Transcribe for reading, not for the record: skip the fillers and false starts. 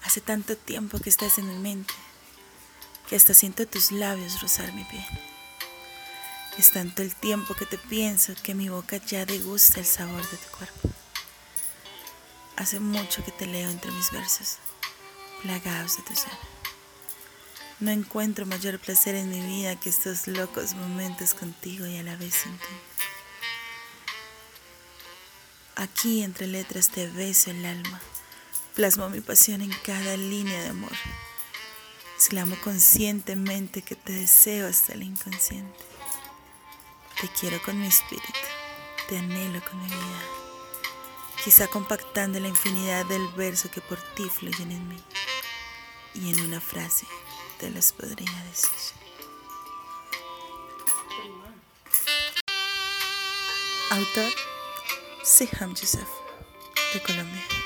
Hace tanto tiempo que estás en mi mente, que hasta siento tus labios rozar mi piel. Es tanto el tiempo que te pienso que mi boca ya degusta el sabor de tu cuerpo. Hace mucho que te leo entre mis versos, plagados de tu ser. No encuentro mayor placer en mi vida que estos locos momentos contigo y a la vez sin ti. Aquí entre letras te beso el alma, plasmo mi pasión en cada línea de amor. Exclamo conscientemente que te deseo hasta el inconsciente. Te quiero con mi espíritu, te anhelo con mi vida, quizá compactando la infinidad del verso que por ti fluyen en mí. Y en una frase te los podría decir. Autor Siham Youssef, de Colombia.